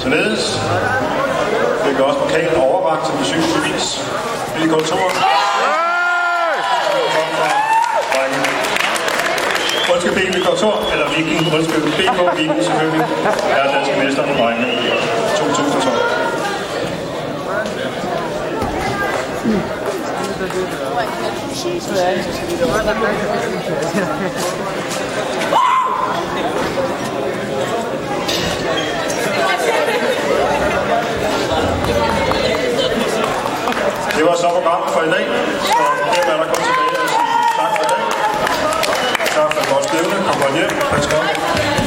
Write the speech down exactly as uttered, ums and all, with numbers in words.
Således fik vi også pokalen overrakt til besøgsbevis. Lille kontor. Undskyld, B K kontor, eller Viking, undskyld, B K Viking selvfølgelig, er danske mester på drengene to tusind og tolv. Det var så programmet for i dag, så her er der kun tilbage at sige tak for i dag. Tak for et godt stævne. Kom godt hjem. Pas godt.